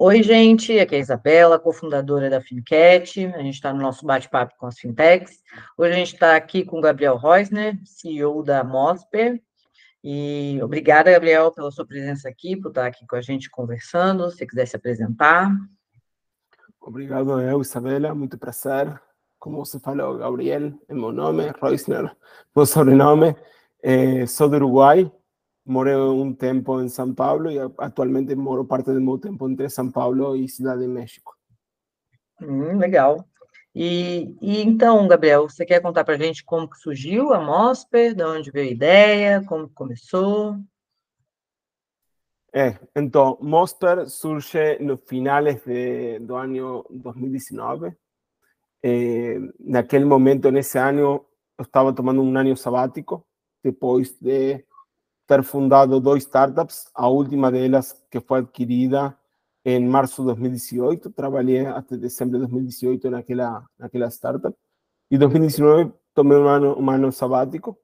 Oi, gente, aqui é a Isabela, cofundadora da Fincat. A gente está no nosso bate-papo com as fintechs. Hoje a gente está aqui com o Gabriel Reusner, CEO da Mosper. E obrigada, Gabriel, pela sua presença aqui, por estar aqui com a gente conversando. Se você quiser se apresentar. Obrigado, Isabela, muito prazer. Como você falou, Gabriel é meu nome, Reusner, meu sobrenome. Sou do Uruguai, morei um tempo em São Paulo e atualmente moro parte do meu tempo entre São Paulo e Cidade de México. Legal. E então, Gabriel, você quer contar para a gente como que surgiu a Mosper, de onde veio a ideia, como que começou? Então, Mosper surge no finales do ano 2019. Naquele momento, nesse ano, eu estava tomando um ano sabático, depois de ter fundado dois startups, a última delas que foi adquirida em março de 2018. Trabalhei até dezembro de 2018 naquela startup. E em 2019 tomei um ano sabático.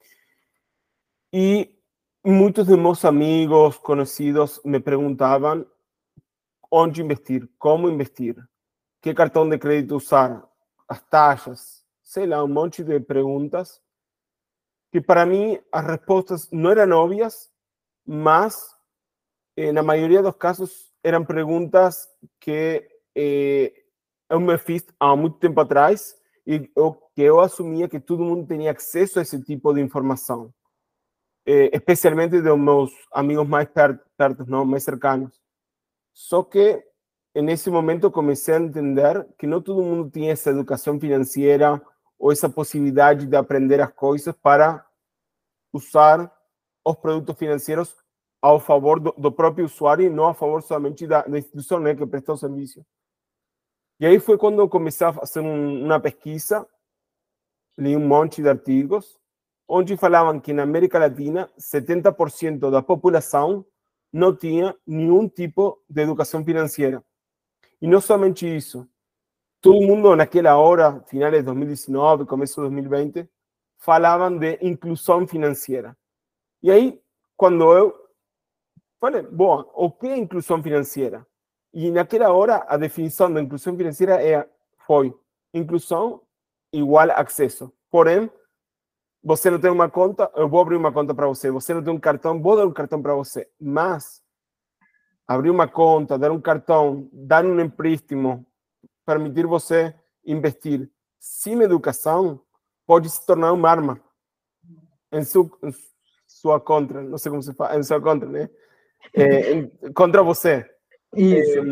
E muitos de meus amigos, conhecidos, me perguntavam onde investir, como investir, que cartão de crédito usar, as taxas, sei lá, um monte de perguntas que para mim as respostas não eram óbvias, mas na maioria dos casos eram perguntas que eu me fiz há muito tempo atrás e que eu assumia que todo mundo tinha acesso a esse tipo de informação, especialmente dos meus amigos mais perto, não, mais cercanos. Só que nesse momento eu comecei a entender que não todo mundo tinha essa educação financeira ou essa possibilidade de aprender as coisas para usar os produtos financeiros ao favor do próprio usuário e não a favor somente da instituição, né, que presta o serviço. E aí foi quando eu comecei a fazer uma pesquisa, li um monte de artigos, onde falavam que na América Latina 70% da população não tinha nenhum tipo de educação financeira. E não somente isso, todo mundo naquela hora, finais de 2019, começo de 2020, falavam de inclusão financeira. E aí, quando eu falei, bom, o que é inclusão financeira? E naquela hora, a definição da inclusão financeira foi inclusão igual acesso. Porém, você não tem uma conta, eu vou abrir uma conta para você. Você não tem um cartão, vou dar um cartão para você. Mas abrir uma conta, dar um cartão, dar um empréstimo, permitir você investir sem educação, pode se tornar uma arma em sua contra, não sei como se fala, em sua contra, né? Contra você. Isso.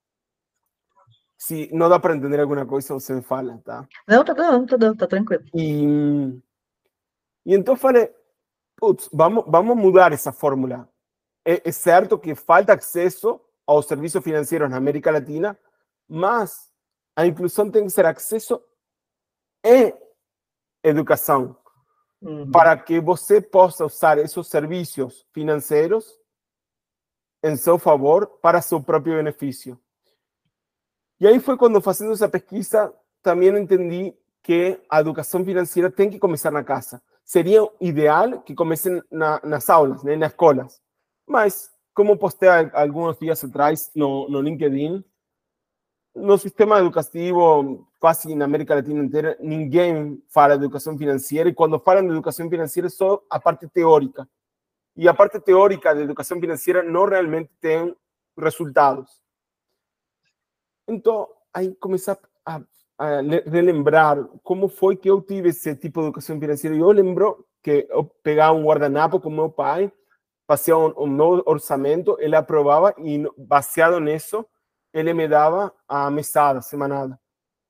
Se não dá para entender alguma coisa, você me fala, tá? Não, tá dando, tá tranquilo. E então eu falei, putz, vamos mudar essa fórmula. É certo que falta acesso aos serviços financeiros na América Latina, mas a inclusão tem que ser acesso e educação, para que você possa usar esses serviços financeiros em seu favor para seu próprio benefício. E aí foi quando, fazendo essa pesquisa, também entendi que a educação financeira tem que começar na casa. Seria ideal que comecem nas aulas, né, nas escolas. Mas, como postei alguns dias atrás no LinkedIn, no sistema educativo, quase na América Latina inteira, ninguém fala de educação financeira. E quando falam de educação financeira, só a parte teórica. E a parte teórica da educação financeira não realmente tem resultados. Então, aí comecei a relembrar como foi que eu tive esse tipo de educação financeira. E eu lembro que eu pegava um guardanapo com meu pai, fazia um meu orçamento, ele aprovava e, baseado nisso, ele me dava a mesada semanal.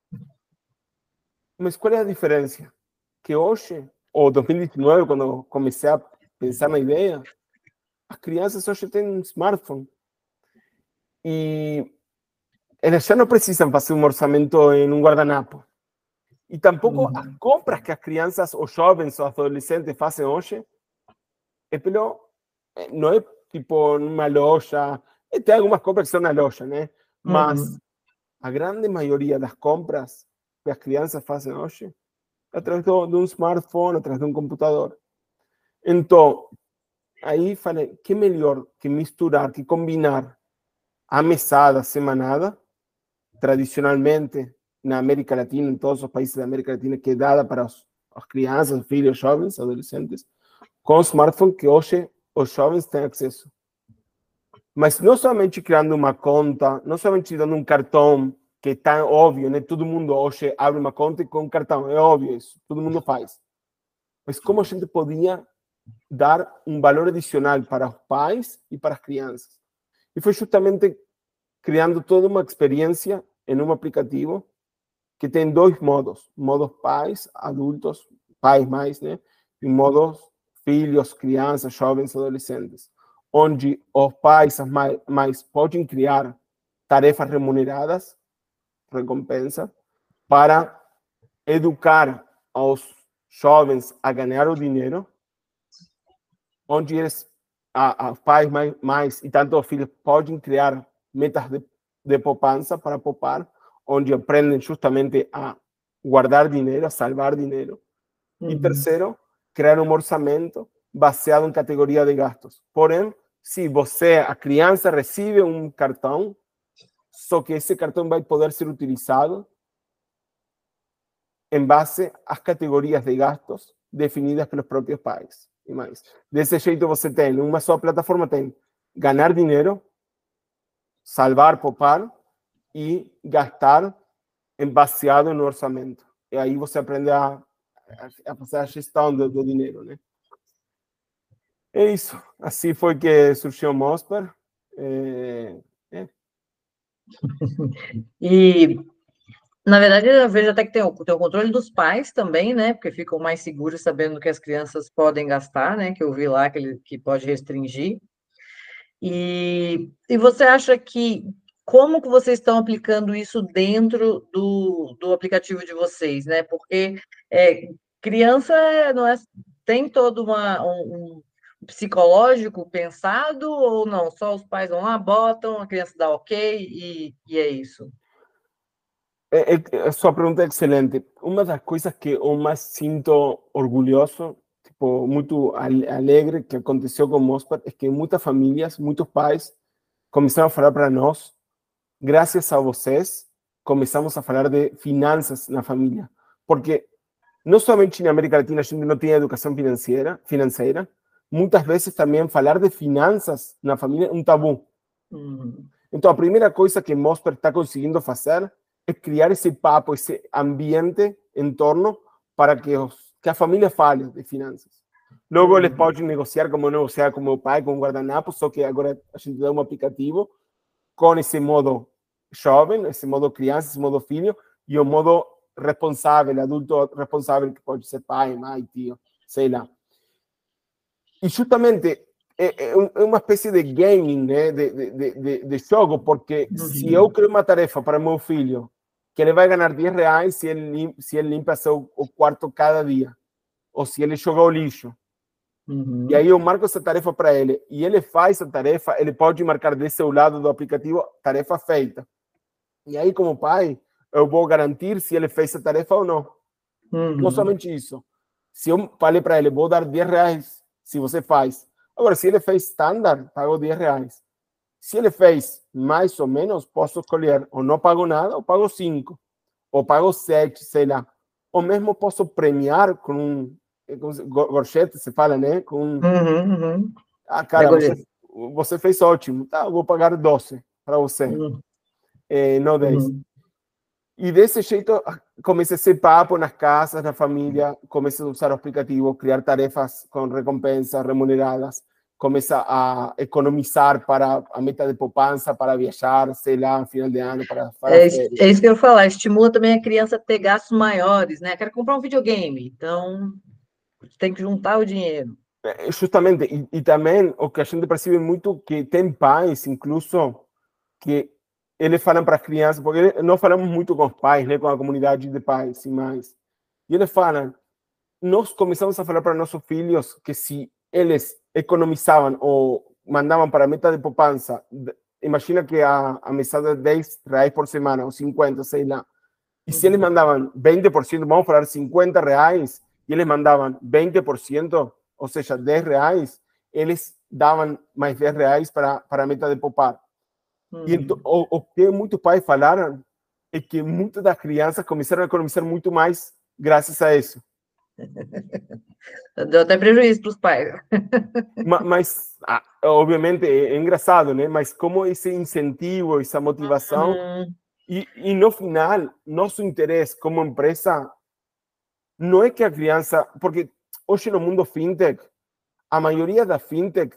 Mas qual é a diferença? Que hoje, ou 2019, quando eu comecei a pensar na ideia, as crianças hoje têm um smartphone. E elas já não precisam fazer um orçamento em um guardanapo. E tampouco as compras que as crianças, os jovens, os adolescentes fazem hoje, não é tipo numa loja. Tem algumas compras que são na loja, né? Mas a grande maioria das compras que as crianças fazem hoje é através de um smartphone, através de um computador. Então, aí falei, que melhor que misturar, que combinar a mesada semanada, tradicionalmente na América Latina, em todos os países da América Latina, que é dada para as crianças, filhos, jovens, adolescentes, com o smartphone que hoje os jovens têm acesso. Mas não somente criando uma conta, não somente dando um cartão, que é tão óbvio, né? Todo mundo hoje abre uma conta com um cartão, é óbvio isso, todo mundo faz. Mas como a gente podia dar um valor adicional para os pais e para as crianças? E foi justamente criando toda uma experiência em um aplicativo que tem dois modos: modos pais, adultos, pais mais, né? E modos filhos, crianças, jovens, adolescentes, onde os pais mais podem criar tarefas remuneradas, recompensa, para educar aos jovens a ganhar o dinheiro, onde eles, os pais mais e tanto os filhos podem criar metas de poupança para poupar, onde aprendem justamente a guardar dinheiro, a salvar dinheiro. E terceiro, criar um orçamento baseado em categoria de gastos. Porém, se você, a criança, recebe um cartão, só que esse cartão vai poder ser utilizado em base às categorias de gastos definidas pelos próprios pais e mais. Desse jeito você tem, uma só plataforma tem ganhar dinheiro, salvar, poupar e gastar baseado no orçamento. E aí você aprende a fazer a gestão do dinheiro, né? É isso. Assim foi que surgiu o Mosper. E, na verdade, eu vejo até que tem o controle dos pais também, né? Porque ficam mais seguros sabendo que as crianças podem gastar, né? Que eu vi lá que pode restringir. E você acha que como que vocês estão aplicando isso dentro do aplicativo de vocês, né? Porque criança não é, tem todo um psicológico pensado ou não? Só os pais vão lá, botam, a criança dá ok e é isso. A sua pergunta é excelente. Uma das coisas que eu mais sinto orgulhoso, tipo, muito alegre que aconteceu com o Mosper, é que muitas famílias, muitos pais começaram a falar para nós, graças a vocês, começamos a falar de finanças na família. Porque não somente na América Latina a gente não tem educação financeira, muitas vezes também falar de finanças na família é um tabu. Então, a primeira coisa que Mosper está conseguindo fazer é criar esse papo, esse ambiente em torno para que a família fale de finanças. Logo, eles podem negociar como negociar com meu pai, com o guardanapo, só que agora a gente dá um aplicativo com esse modo jovem, esse modo criança, esse modo filho, e o modo responsável, adulto responsável, que pode ser pai, mãe, tio, sei lá. E justamente é uma espécie de gaming, né? de jogo, porque se eu crio uma tarefa para meu filho, que ele vai ganhar R$10 se ele limpa o quarto cada dia, ou se ele joga o lixo. E aí eu marco essa tarefa para ele, e ele faz a tarefa, ele pode marcar desse seu lado do aplicativo, tarefa feita. E aí, como pai, eu vou garantir se ele fez a tarefa ou não. Não somente isso. Se eu falei para ele, vou dar R$10 se você faz. Agora, se ele fez standard, pago R$10. Se ele fez mais ou menos, posso escolher ou não pago nada, ou pago 5, ou pago 7, sei lá. Ou mesmo posso premiar com gorjeta, se fala, né? Cara, você fez ótimo. Tá, eu vou pagar 12 para você. Não 10. E desse jeito, comecei esse papo nas casas, na família, comecei a usar o aplicativo, criar tarefas com recompensas remuneradas, começa a economizar para a meta de poupança, para viajar, sei lá, no final de ano, para férias. É isso que eu ia falar, estimula também a criança a ter gastos maiores, né? Quero comprar um videogame, então tem que juntar o dinheiro. Justamente, e também o que a gente percebe muito, que tem pais, incluso, que eles falam para as crianças, porque nós falamos muito com os pais, né, com a comunidade de pais e mais, e eles falam, nós começamos a falar para nossos filhos que se eles economizavam ou mandavam para a meta de poupança, imagina que a mesada de R$10 por semana, ou 50, sei lá, e se eles mandavam 20%, vamos falar R$50, e eles mandavam 20%, ou seja, R$10, eles davam mais R$10 para a meta de poupar. E o que muitos pais falaram é que muitas das crianças começaram a economizar muito mais graças a isso. Deu até prejuízo para os pais. Mas obviamente, é engraçado, né? Mas como esse incentivo, essa motivação, e no final, nosso interesse como empresa não é que a criança... Porque hoje no mundo fintech, a maioria da fintech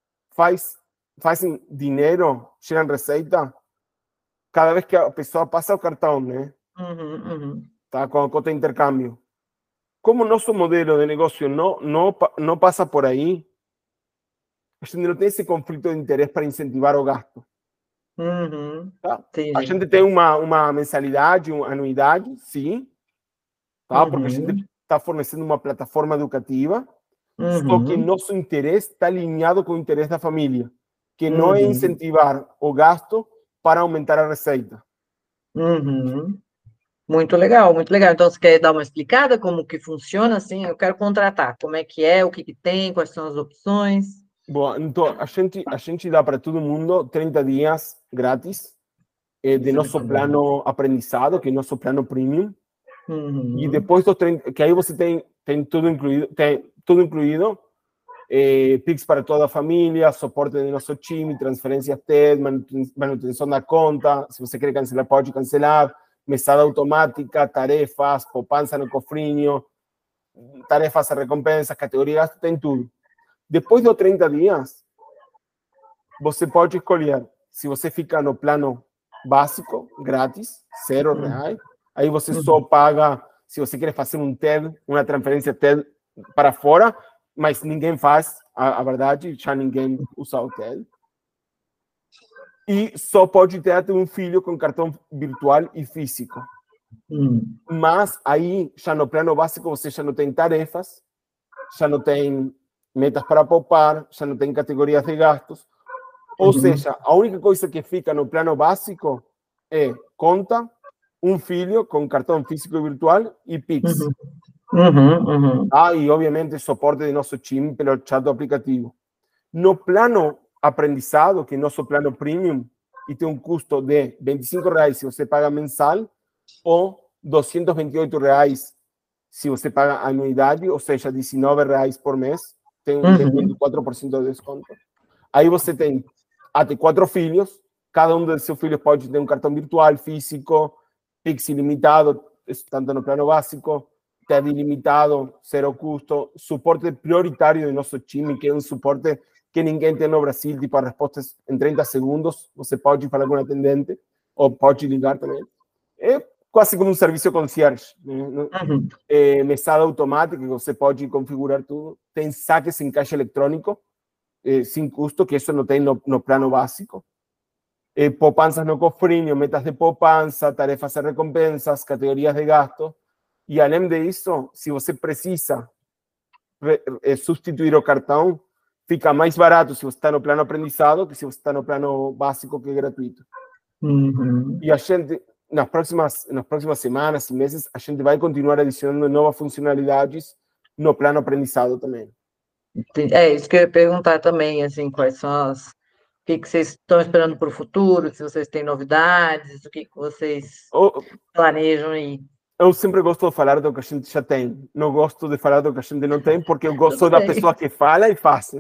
fazem dinheiro, geram receita, cada vez que a pessoa passa o cartão, né? Tá? Com a conta de intercâmbio. Como nosso modelo de negócio não passa por aí, a gente não tem esse conflito de interesse para incentivar o gasto. Tá? A gente tem uma mensalidade, uma anuidade, sim, tá? Porque a gente está fornecendo uma plataforma educativa, só que nosso interesse está alinhado com o interesse da família, que não é incentivar o gasto para aumentar a receita. Muito legal, muito legal. Então, você quer dar uma explicada como que funciona, assim? Eu quero contratar. Como é que é, o que que tem, quais são as opções? Bom, então, a gente dá para todo mundo 30 dias grátis de nosso plano aprendizado, que é nosso plano premium. E depois dos 30, que aí você tem tudo incluído, Pix para toda a família, suporte de nosso time, transferências TED, manutenção da conta, se você quer cancelar, pode cancelar, mesada automática, tarefas, poupança no cofrinho, tarefas e recompensas, categoria de gasto, tem tudo. Depois dos 30 dias, você pode escolher se você fica no plano básico, grátis, R$0, aí você só paga, se você quer fazer um TED, uma transferência TED para fora, mas ninguém faz, a verdade, já ninguém usa o TED. E só pode ter um filho com cartão virtual e físico. Mas aí, já no plano básico, você já não tem tarefas, já não tem metas para poupar, já não tem categorias de gastos. Ou seja, a única coisa que fica no plano básico é conta, um filho com cartão físico e virtual e Pix. E, obviamente, suporte de nosso time pelo chat do aplicativo. No plano aprendizado, que é nosso plano premium, e tem um custo de R$25 se você paga mensal, ou R$228 se você paga anuidade, ou seja, R$19 por mês, tem um 24% de desconto. Aí você tem até 4 filhos, cada um dos seus filhos pode ter um cartão virtual, físico, Pix ilimitado, tanto no plano básico, TED ilimitado, zero custo, suporte prioritário do nosso time, que é um suporte que ninguém tem no Brasil, tipo a respostas em 30 segundos, você pode falar com o atendente, ou pode ligar também. É quase como um serviço concierge, né? Mesada automática, que você pode configurar tudo, tem saques em caixa eletrônico, sem custo, que isso não tem no plano básico. Poupanças no cofrinho, metas de poupança, tarefas e recompensas, categorias de gasto. E além disso, se você precisa substituir o cartão, fica mais barato se você está no plano aprendizado que se você está no plano básico, que é gratuito. E a gente, nas próximas semanas e meses, a gente vai continuar adicionando novas funcionalidades no plano aprendizado também. É isso que eu ia perguntar também, assim, quais são as... O que que vocês estão esperando para o futuro, se vocês têm novidades, o que que vocês planejam aí. Eu sempre gosto de falar do que a gente já tem. Não gosto de falar do que a gente não tem, porque eu gosto da pessoa que fala e faz.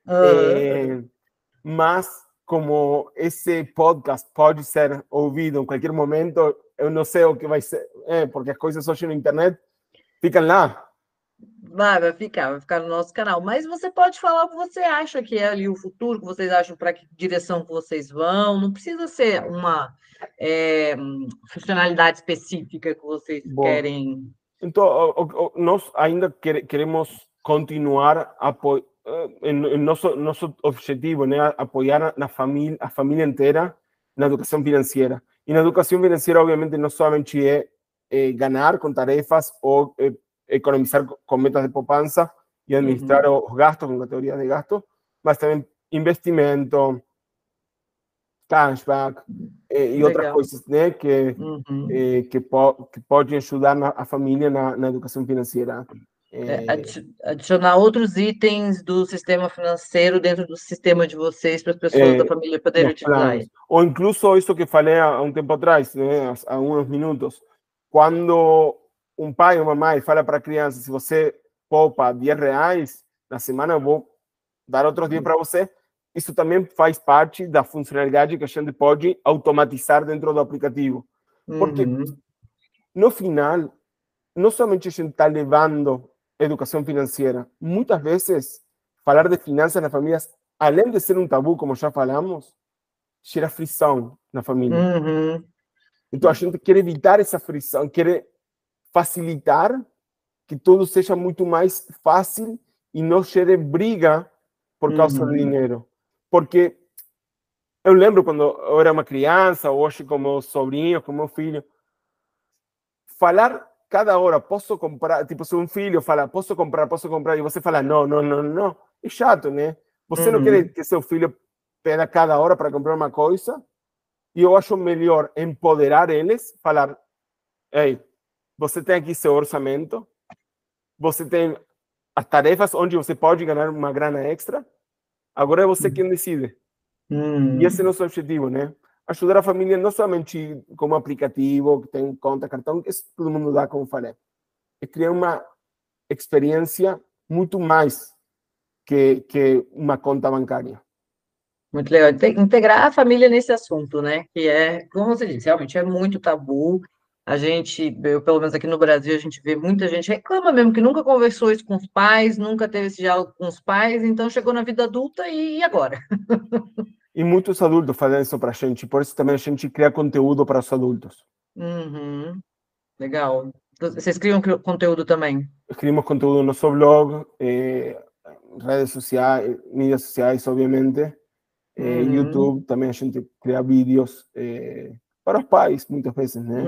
Mas, como esse podcast pode ser ouvido em qualquer momento, eu não sei o que vai ser, porque as coisas hoje na internet ficam lá. Vai ficar no nosso canal. Mas você pode falar o que você acha que é ali o futuro, que vocês acham para que direção que vocês vão. Não precisa ser uma funcionalidade específica que vocês querem. Então, nós ainda queremos continuar em nosso objetivo, né, apoiar a família inteira na educação financeira. E na educação financeira, obviamente, não somente é ganhar com tarefas ou economizar com metas de poupança e administrar os gastos com categorias de gasto, mas também investimento, cashback e outras coisas, né, que podem ajudar a família na educação financeira. Adicionar outros itens do sistema financeiro dentro do sistema de vocês para as pessoas da família poderem Los utilizar. planos. O incluso eso que falei há um tempo atrás, né, há uns minutos, quando um pai ou uma mãe fala para a criança, se você poupa R$ 10, na semana eu vou dar outros 10 para você, isso também faz parte da funcionalidade que a gente pode automatizar dentro do aplicativo. Porque, no final, não somente a gente está levando educação financeira, muitas vezes, falar de finanças nas famílias, além de ser um tabu, como já falamos, gera frição na família. Então, a gente quer evitar essa frição, quer facilitar que tudo seja muito mais fácil e não gere briga por causa do dinheiro. Porque eu lembro quando eu era uma criança, hoje com meus sobrinhos, com meu filho, falar cada hora, posso comprar, tipo, se um filho fala, posso comprar, e você fala, não, não, não, não, é chato, né? Você não quer que seu filho peda cada hora para comprar uma coisa? E eu acho melhor empoderar eles, falar, ei, você tem aqui seu orçamento, você tem as tarefas onde você pode ganhar uma grana extra, agora é você quem decide. E esse é o nosso objetivo, né? Ajudar a família não somente como aplicativo, que tem conta, cartão, que todo mundo dá, como falei. É criar uma experiência muito mais que uma conta bancária. Muito legal. Integrar a família nesse assunto, né? Que é, como você disse, realmente é muito tabu. Eu, pelo menos aqui no Brasil, a gente vê muita gente reclama mesmo que nunca conversou isso com os pais, nunca teve esse diálogo com os pais, então chegou na vida adulta e agora? E muitos adultos fazem isso para a gente, por isso também a gente cria conteúdo para os adultos. Legal. Vocês criam conteúdo também? Escrevemos conteúdo no nosso blog, redes sociais, mídias sociais, obviamente. YouTube também a gente cria vídeos para os pais, muitas vezes, né?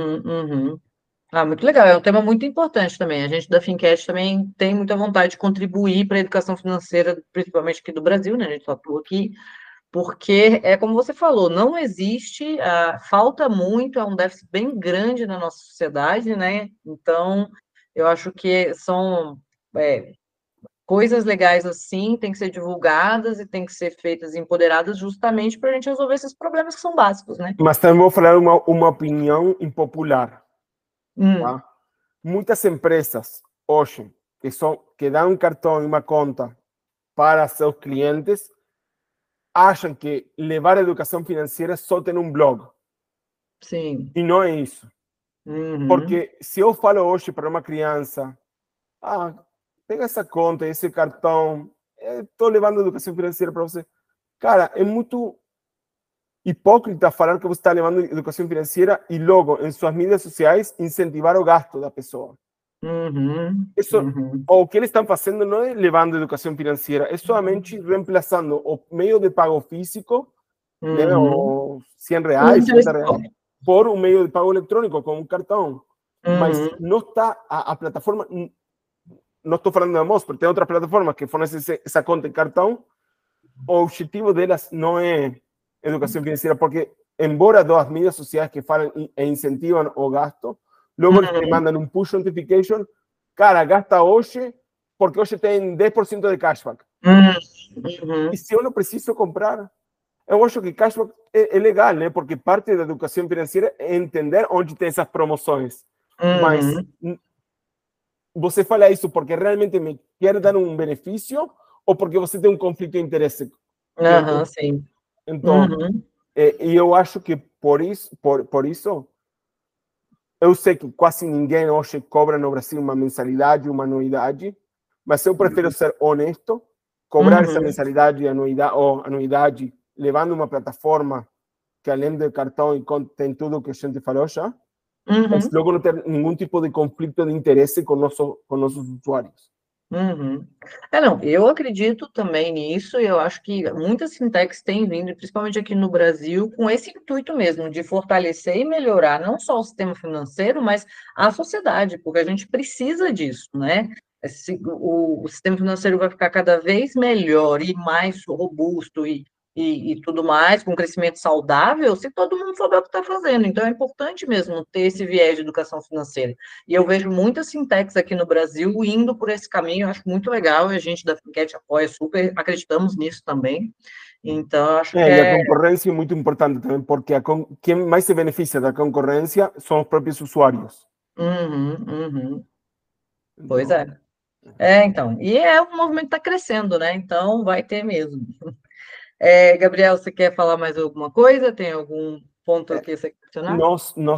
Muito legal, é um tema muito importante também. A gente da Fincast também tem muita vontade de contribuir para a educação financeira, principalmente aqui do Brasil, né? A gente só atua aqui, porque é como você falou, não existe, falta muito, é um déficit bem grande na nossa sociedade, né? Então, eu acho que são coisas legais assim, tem que ser divulgadas e tem que ser feitas e empoderadas justamente para a gente resolver esses problemas que são básicos, né? Mas também vou falar uma opinião impopular. Tá? Muitas empresas hoje que dão um cartão e uma conta para seus clientes acham que levar a educação financeira é só ter um blog. Sim. E não é isso. Porque se eu falo hoje para uma criança, pega essa conta, esse cartão, estou levando a educação financeira para você. Cara, é muito hipócrita falar que você está levando educação financeira e logo, em suas mídias sociais, incentivar o gasto da pessoa. O que eles estão fazendo não é levando educação financeira, é somente reemplazando o meio de pago físico, né, ou R$ 100, R$ 50, por um meio de pago eletrônico, com um cartão. Mas não está a plataforma, não estou falando da Mosper, tem outras plataformas que fornecem essa conta em cartão, o objetivo delas não é educação financeira, porque, embora as mídias sociais que falam e incentivam o gasto, logo eles te mandam um push notification, cara, gasta hoje, porque hoje tem 10% de cashback. E se eu não preciso comprar, eu acho que cashback é legal, né? Porque parte da educação financeira é entender onde tem essas promoções. Mas você fala isso porque realmente me quer dar um benefício ou porque você tem um conflito de interesse? Sim. Então, e eu acho que por isso, eu sei que quase ninguém hoje cobra no Brasil uma mensalidade, uma anuidade, mas eu prefiro ser honesto, cobrar essa mensalidade ou anuidade, levando uma plataforma que, além do cartão, tem tudo que a gente falou já, mas logo não ter nenhum tipo de conflito de interesse com nossos usuários. Não, eu acredito também nisso, e eu acho que muitas fintechs têm vindo, principalmente aqui no Brasil, com esse intuito mesmo, de fortalecer e melhorar não só o sistema financeiro, mas a sociedade, porque a gente precisa disso, né? O sistema financeiro vai ficar cada vez melhor e mais robusto, e e tudo mais, com crescimento saudável, se todo mundo souber o que está fazendo. Então, é importante mesmo ter esse viés de educação financeira. E eu vejo muitas fintechs aqui no Brasil indo por esse caminho, eu acho muito legal, e a gente da Finquete apoia super, acreditamos nisso também. Então, eu acho que E a é. concorrência é muito importante também, porque quem mais se beneficia da concorrência são os próprios usuários. Uhum, uhum. Pois Então, é. Então, e é um movimento que está crescendo, né? Então, vai ter mesmo. Gabriel, você quer falar mais alguma coisa? Tem algum ponto que você quer mencionar? nós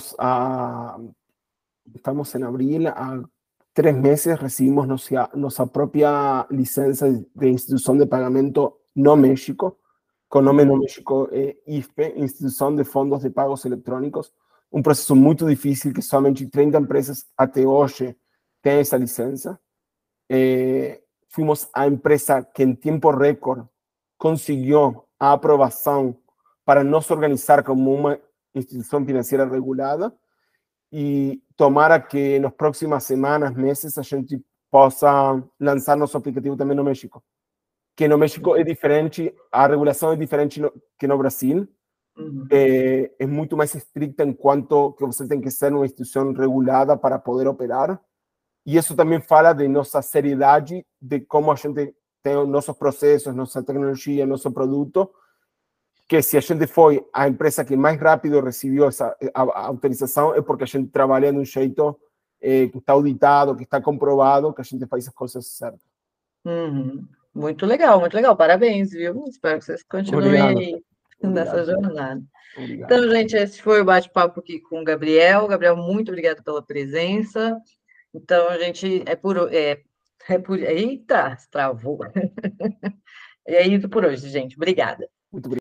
estamos en abril, a 3 meses recibimos nuestra propia licencia de institución de pagamento no México, con nombre no Uhum, México, IFPE, Institución de Fondos de Pagos Electrónicos, un proceso muy difícil que solamente 30 empresas até hoje têm essa licença. Fuimos a empresa que en tiempo récord consiguió a aprobación para nos organizar como una institución financiera regulada e tomara que nas próximas semanas, meses, a gente possa lançar nosso aplicativo também no México. Que no México é diferente, a regulação é diferente que no Brasil, uhum, é muito mais estricta em quanto que você tem que ser uma instituição regulada para poder operar, e isso também fala de nossa seriedade, de como a gente tem nossos processos, nossa tecnologia, nosso produto, que se a gente foi a empresa que mais rápido recebeu essa a autorização é porque a gente trabalha de um jeito que está auditado, que está comprovado, que a gente faz as coisas certas. uhum. Muito legal, muito legal. Parabéns, viu? Espero que vocês continuem Obrigado. aí nessa Obrigado. jornada. Obrigado. Então, gente, esse foi o bate-papo aqui com o Gabriel. Gabriel, muito obrigado pela presença. Então, a gente eita, travou. É isso por hoje, gente. Obrigada. Muito obrigado.